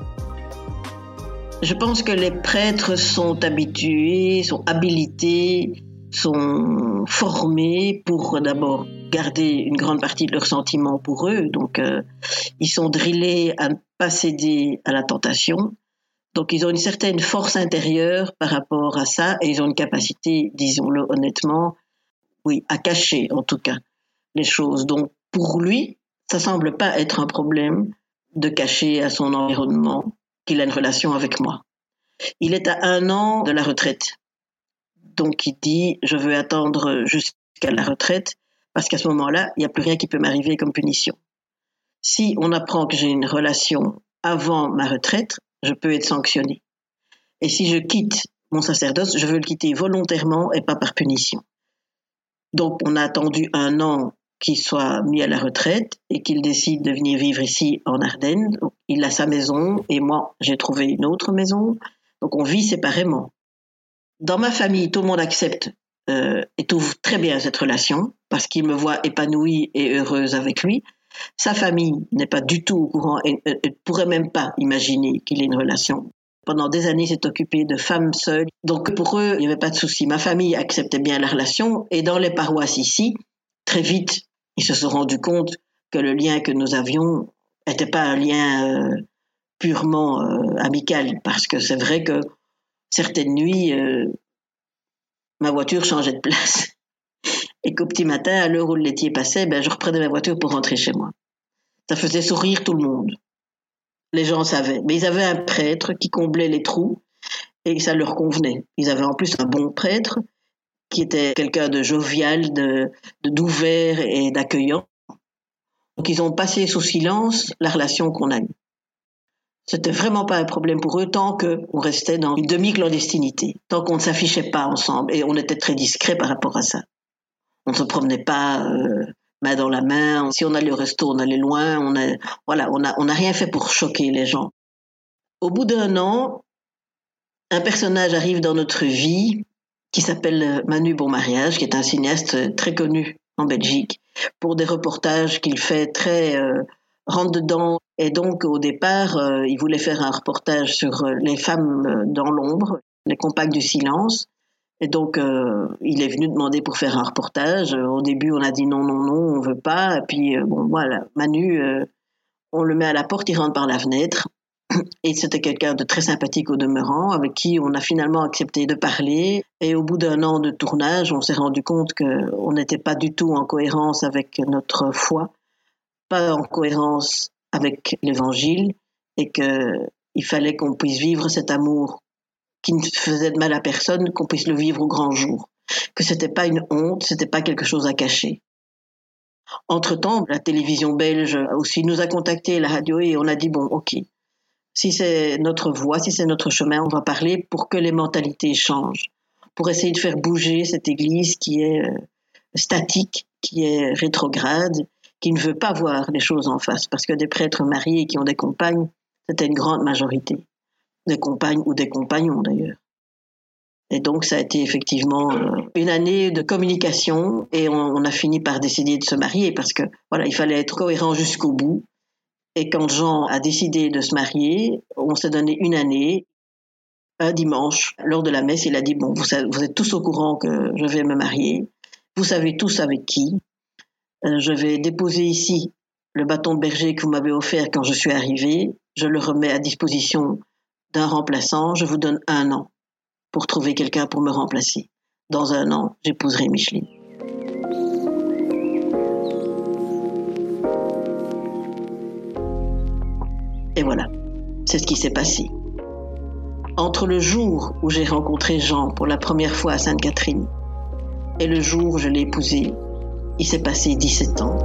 Je pense que les prêtres sont habitués, sont habilités, sont formés pour d'abord garder une grande partie de leurs sentiments pour eux. Donc, euh, ils sont drillés à ne pas céder à la tentation. Donc, ils ont une certaine force intérieure par rapport à ça et ils ont une capacité, disons-le honnêtement, oui, à cacher en tout cas les choses. Donc, pour lui, ça semble pas être un problème de cacher à son environnement qu'il a une relation avec moi. Il est à un an de la retraite. Donc, il dit, je veux attendre jusqu'à la retraite parce qu'à ce moment-là, il n'y a plus rien qui peut m'arriver comme punition. Si on apprend que j'ai une relation avant ma retraite, je peux être sanctionné. Et si je quitte mon sacerdoce, je veux le quitter volontairement et pas par punition. Donc, on a attendu un an qu'il soit mis à la retraite et qu'il décide de venir vivre ici en Ardennes. Donc, il a sa maison et moi, j'ai trouvé une autre maison. Donc, on vit séparément. Dans ma famille, tout le monde accepte euh, et trouve très bien cette relation parce qu'il me voit épanouie et heureuse avec lui. Sa famille n'est pas du tout au courant et ne pourrait même pas imaginer qu'il ait une relation. Pendant des années, il s'est occupé de femmes seules. Donc, pour eux, il n'y avait pas de souci. Ma famille acceptait bien la relation et dans les paroisses ici, très vite, ils se sont rendus compte que le lien que nous avions n'était pas un lien euh, purement euh, amical parce que c'est vrai que certaines nuits, euh, ma voiture changeait de place. Et qu'au petit matin, à l'heure où le laitier passait, ben, je reprenais ma voiture pour rentrer chez moi. Ça faisait sourire tout le monde. Les gens savaient. Mais ils avaient un prêtre qui comblait les trous et ça leur convenait. Ils avaient en plus un bon prêtre qui était quelqu'un de jovial, de, de d'ouvert et d'accueillant. Donc ils ont passé sous silence la relation qu'on a eue. C'était vraiment pas un problème pour eux tant qu'on restait dans une demi-clandestinité, tant qu'on ne s'affichait pas ensemble et on était très discret par rapport à ça. On ne se promenait pas euh, main dans la main. Si on allait au resto, on allait loin. On a, voilà, on a, on n'a rien fait pour choquer les gens. Au bout d'un an, un personnage arrive dans notre vie qui s'appelle Manu Bonmariage, qui est un cinéaste très connu en Belgique, pour des reportages qu'il fait très euh, rentre-dedans. Et donc, au départ, euh, il voulait faire un reportage sur les femmes dans l'ombre, les compagnes du silence. Et donc, euh, il est venu demander pour faire un reportage. Au début, on a dit non, non, non, on veut pas. Et puis, euh, bon, voilà, Manu, euh, on le met à la porte, il rentre par la fenêtre. Et c'était quelqu'un de très sympathique au demeurant, avec qui on a finalement accepté de parler. Et au bout d'un an de tournage, on s'est rendu compte qu'on n'était pas du tout en cohérence avec notre foi, pas en cohérence avec l'Évangile, et qu'il fallait qu'on puisse vivre cet amour qui ne faisait de mal à personne, qu'on puisse le vivre au grand jour, que c'était pas une honte, c'était pas quelque chose à cacher. Entre-temps, la télévision belge aussi nous a contactés, la radio, et on a dit bon, ok, si c'est notre voie, si c'est notre chemin, on va parler pour que les mentalités changent, pour essayer de faire bouger cette Église qui est statique, qui est rétrograde, qui ne veut pas voir les choses en face, parce que des prêtres mariés qui ont des compagnes, c'était une grande majorité, des compagnes ou des compagnons d'ailleurs. Et donc ça a été effectivement une année de communication et on, on a fini par décider de se marier parce que voilà, il fallait être cohérent jusqu'au bout. Et quand Jean a décidé de se marier, on s'est donné une année. Un dimanche, lors de la messe, il a dit bon, vous, vous êtes tous au courant que je vais me marier. Vous savez tous avec qui. Euh, je vais déposer ici le bâton de berger que vous m'avez offert quand je suis arrivée. Je le remets à disposition d'un remplaçant. Je vous donne un an pour trouver quelqu'un pour me remplacer. Dans un an, j'épouserai Micheline. Et voilà, c'est ce qui s'est passé. Entre le jour où j'ai rencontré Jean pour la première fois à Sainte-Catherine et le jour où je l'ai épousé, il s'est passé dix-sept ans.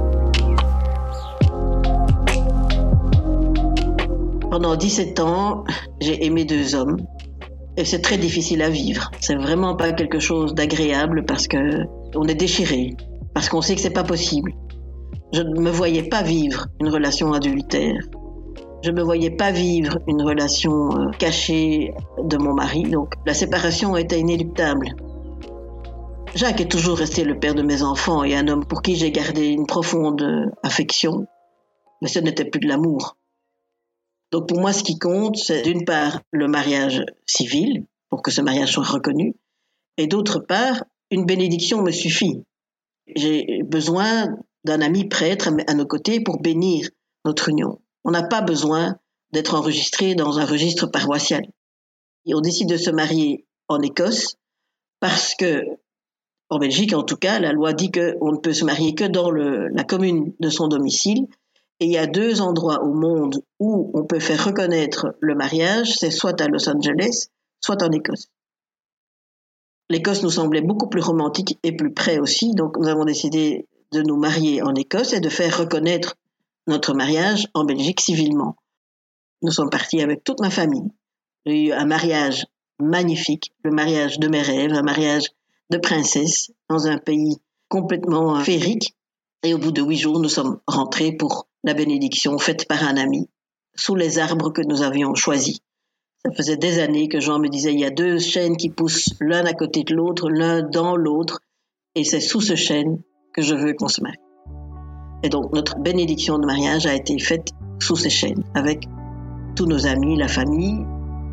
Pendant dix-sept ans, j'ai aimé deux hommes. Et c'est très difficile à vivre. C'est vraiment pas quelque chose d'agréable parce que on est déchiré, parce qu'on sait que c'est pas possible. Je ne me voyais pas vivre une relation adultère. Je ne me voyais pas vivre une relation euh, cachée de mon mari. Donc la séparation était inéluctable. Jacques est toujours resté le père de mes enfants et un homme pour qui j'ai gardé une profonde affection. Mais ce n'était plus de l'amour. Donc pour moi, ce qui compte, c'est d'une part le mariage civil, pour que ce mariage soit reconnu, et d'autre part, une bénédiction me suffit. J'ai besoin d'un ami prêtre à nos côtés pour bénir notre union. On n'a pas besoin d'être enregistré dans un registre paroissial. Et on décide de se marier en Écosse parce que, en Belgique en tout cas, la loi dit qu'on ne peut se marier que dans le, la commune de son domicile. Et il y a deux endroits au monde où on peut faire reconnaître le mariage, c'est soit à Los Angeles, soit en Écosse. L'Écosse nous semblait beaucoup plus romantique et plus près aussi, donc nous avons décidé de nous marier en Écosse et de faire reconnaître notre mariage en Belgique civilement. Nous sommes partis avec toute ma famille. J'ai eu un mariage magnifique, le mariage de mes rêves, un mariage de princesse dans un pays complètement féerique. Et au bout de huit jours, nous sommes rentrés pour la bénédiction faite par un ami sous les arbres que nous avions choisis. Ça faisait des années que Jean me disait, il y a deux chênes qui poussent l'un à côté de l'autre, l'un dans l'autre, et c'est sous ce chêne que je veux qu'on se marie. Et donc notre bénédiction de mariage a été faite sous ces chênes, avec tous nos amis, la famille.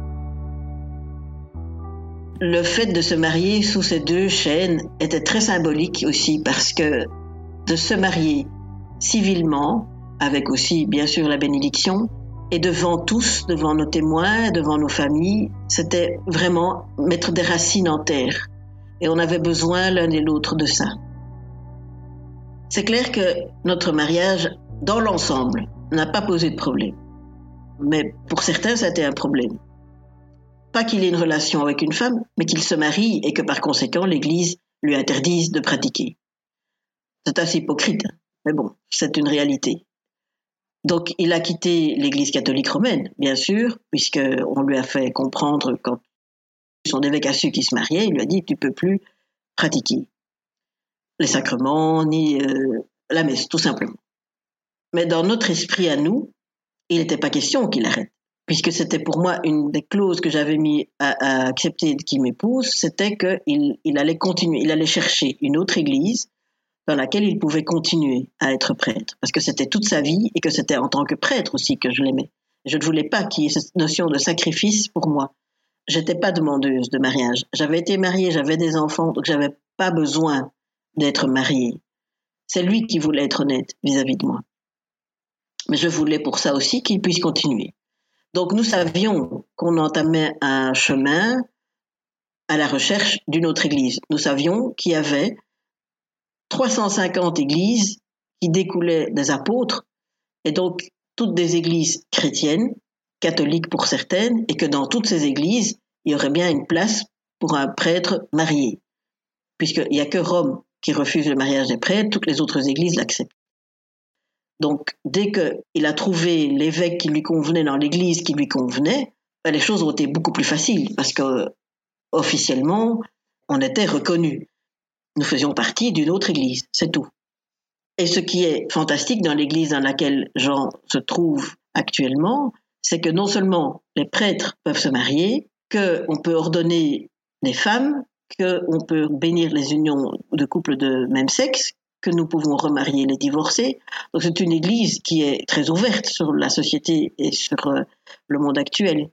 Le fait de se marier sous ces deux chênes était très symbolique aussi, parce que de se marier civilement, avec aussi bien sûr la bénédiction, et devant tous, devant nos témoins, devant nos familles, c'était vraiment mettre des racines en terre. Et on avait besoin l'un et l'autre de ça. C'est clair que notre mariage, dans l'ensemble, n'a pas posé de problème. Mais pour certains, ça a été un problème. Pas qu'il ait une relation avec une femme, mais qu'il se marie et que par conséquent, l'Église lui interdise de pratiquer. C'est assez hypocrite, mais bon, c'est une réalité. Donc, il a quitté l'Église catholique romaine, bien sûr, puisqu'on lui a fait comprendre, quand son évêque a su qu'il se mariait, il lui a dit « tu ne peux plus pratiquer les sacrements, ni euh, la messe, tout simplement ». Mais dans notre esprit à nous, il n'était pas question qu'il arrête, puisque c'était pour moi une des clauses que j'avais mis à, à accepter qu'il m'épouse, c'était qu'il il allait continuer, il allait chercher une autre église dans laquelle il pouvait continuer à être prêtre, parce que c'était toute sa vie et que c'était en tant que prêtre aussi que je l'aimais. Je ne voulais pas qu'il y ait cette notion de sacrifice pour moi. J'étais pas demandeuse de mariage. J'avais été mariée, j'avais des enfants, donc j'avais pas besoin d'être mariée. C'est lui qui voulait être honnête vis-à-vis de moi. Mais je voulais pour ça aussi qu'il puisse continuer. Donc nous savions qu'on entamait un chemin à la recherche d'une autre église. Nous savions qu'il y avait trois cent cinquante églises qui découlaient des apôtres, et donc toutes des églises chrétiennes, catholiques pour certaines, et que dans toutes ces églises, il y aurait bien une place pour un prêtre marié, puisqu'il n'y a que Rome qui refuse le mariage des prêtres, toutes les autres églises l'acceptent. Donc, dès qu'il a trouvé l'évêque qui lui convenait dans l'église qui lui convenait, les choses ont été beaucoup plus faciles, parce que officiellement, on était reconnus. Nous faisions partie d'une autre église, c'est tout. Et ce qui est fantastique dans l'église dans laquelle Jean se trouve actuellement, c'est que non seulement les prêtres peuvent se marier, qu'on peut ordonner les femmes, qu'on peut bénir les unions de couples de même sexe, que nous pouvons remarier les divorcés. Donc c'est une église qui est très ouverte sur la société et sur euh, le monde actuel.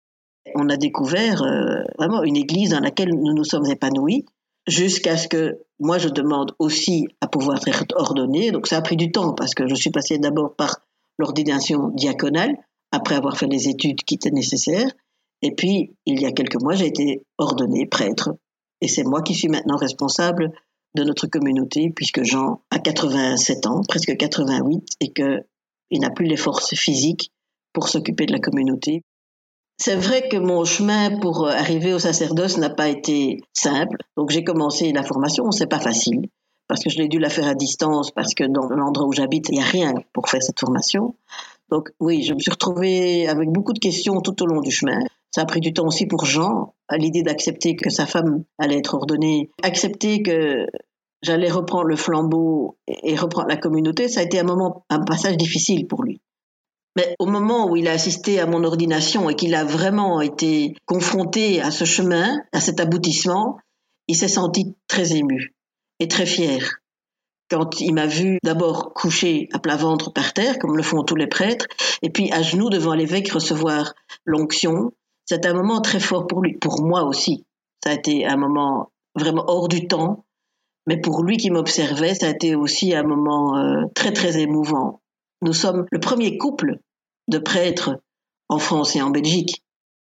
On a découvert euh, vraiment une église dans laquelle nous nous sommes épanouis, jusqu'à ce que moi je demande aussi à pouvoir être ordonnée. Donc ça a pris du temps parce que je suis passée d'abord par l'ordination diaconale, après avoir fait les études qui étaient nécessaires. Et puis, il y a quelques mois, j'ai été ordonnée prêtre. Et c'est moi qui suis maintenant responsable de notre communauté, puisque Jean a quatre-vingt-sept ans, presque quatre-vingt-huit, et qu'il n'a plus les forces physiques pour s'occuper de la communauté. C'est vrai que mon chemin pour arriver au sacerdoce n'a pas été simple. Donc j'ai commencé la formation, c'est pas facile, parce que je l'ai dû la faire à distance, parce que dans l'endroit où j'habite, il n'y a rien pour faire cette formation. Donc oui, je me suis retrouvée avec beaucoup de questions tout au long du chemin. Ça a pris du temps aussi pour Jean, à l'idée d'accepter que sa femme allait être ordonnée, accepter que j'allais reprendre le flambeau et reprendre la communauté. Ça a été un moment, un passage difficile pour lui. Mais au moment où il a assisté à mon ordination et qu'il a vraiment été confronté à ce chemin, à cet aboutissement, il s'est senti très ému et très fier. Quand il m'a vu d'abord coucher à plat ventre par terre, comme le font tous les prêtres, et puis à genoux devant l'évêque recevoir l'onction, c'est un moment très fort pour lui, pour moi aussi. Ça a été un moment vraiment hors du temps, mais pour lui qui m'observait, ça a été aussi un moment euh, très très émouvant. Nous sommes le premier couple de prêtres en France et en Belgique.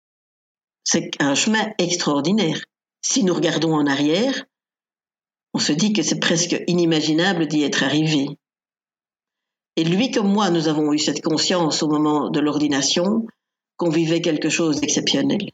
C'est un chemin extraordinaire. Si nous regardons en arrière, on se dit que c'est presque inimaginable d'y être arrivé. Et lui comme moi, nous avons eu cette conscience au moment de l'ordination qu'on vivait quelque chose d'exceptionnel.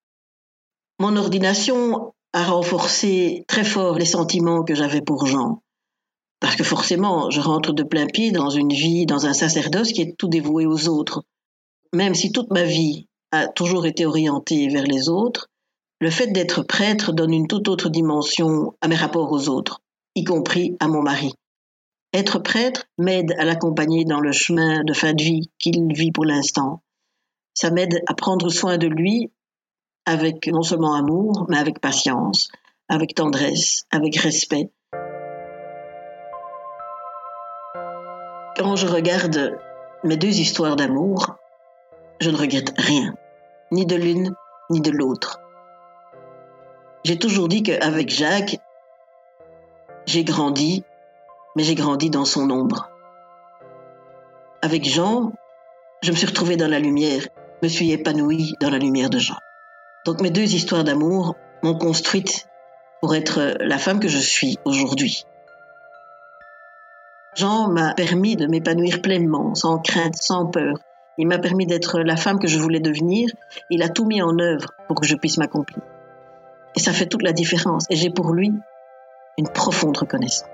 Mon ordination a renforcé très fort les sentiments que j'avais pour Jean. Parce que forcément, je rentre de plein pied dans une vie, dans un sacerdoce qui est tout dévoué aux autres. Même si toute ma vie a toujours été orientée vers les autres, le fait d'être prêtre donne une toute autre dimension à mes rapports aux autres, y compris à mon mari. Être prêtre m'aide à l'accompagner dans le chemin de fin de vie qu'il vit pour l'instant. Ça m'aide à prendre soin de lui avec non seulement amour, mais avec patience, avec tendresse, avec respect. Quand je regarde mes deux histoires d'amour, je ne regrette rien, ni de l'une, ni de l'autre. J'ai toujours dit qu'avec Jacques, j'ai grandi, mais j'ai grandi dans son ombre. Avec Jean, je me suis retrouvée dans la lumière, me suis épanouie dans la lumière de Jean. Donc mes deux histoires d'amour m'ont construite pour être la femme que je suis aujourd'hui. Jean m'a permis de m'épanouir pleinement, sans crainte, sans peur. Il m'a permis d'être la femme que je voulais devenir. Il a tout mis en œuvre pour que je puisse m'accomplir. Et ça fait toute la différence. Et j'ai pour lui une profonde reconnaissance.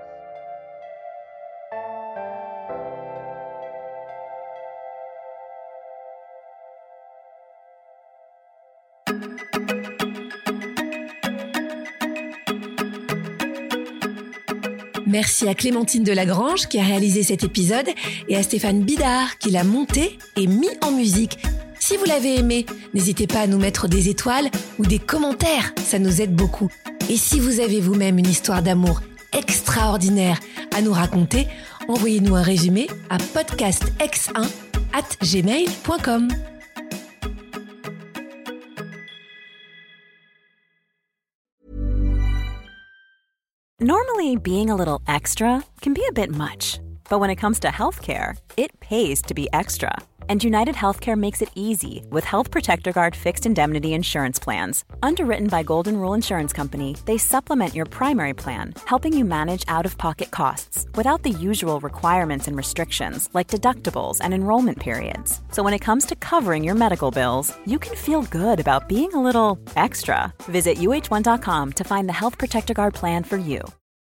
Merci à Clémentine Delagrange qui a réalisé cet épisode et à Stéphane Bidard qui l'a monté et mis en musique. Si vous l'avez aimé, n'hésitez pas à nous mettre des étoiles ou des commentaires, ça nous aide beaucoup. Et si vous avez vous-même une histoire d'amour extraordinaire à nous raconter, envoyez-nous un résumé à podcast x un arobase gmail point com. Normally, being a little extra can be a bit much, but when it comes to healthcare, it pays to be extra. And United Healthcare makes it easy with Health Protector Guard fixed indemnity insurance plans. Underwritten by Golden Rule Insurance Company, they supplement your primary plan, helping you manage out-of-pocket costs without the usual requirements and restrictions like deductibles and enrollment periods. So when it comes to covering your medical bills, you can feel good about being a little extra. Visit U H one dot com to find the Health Protector Guard plan for you.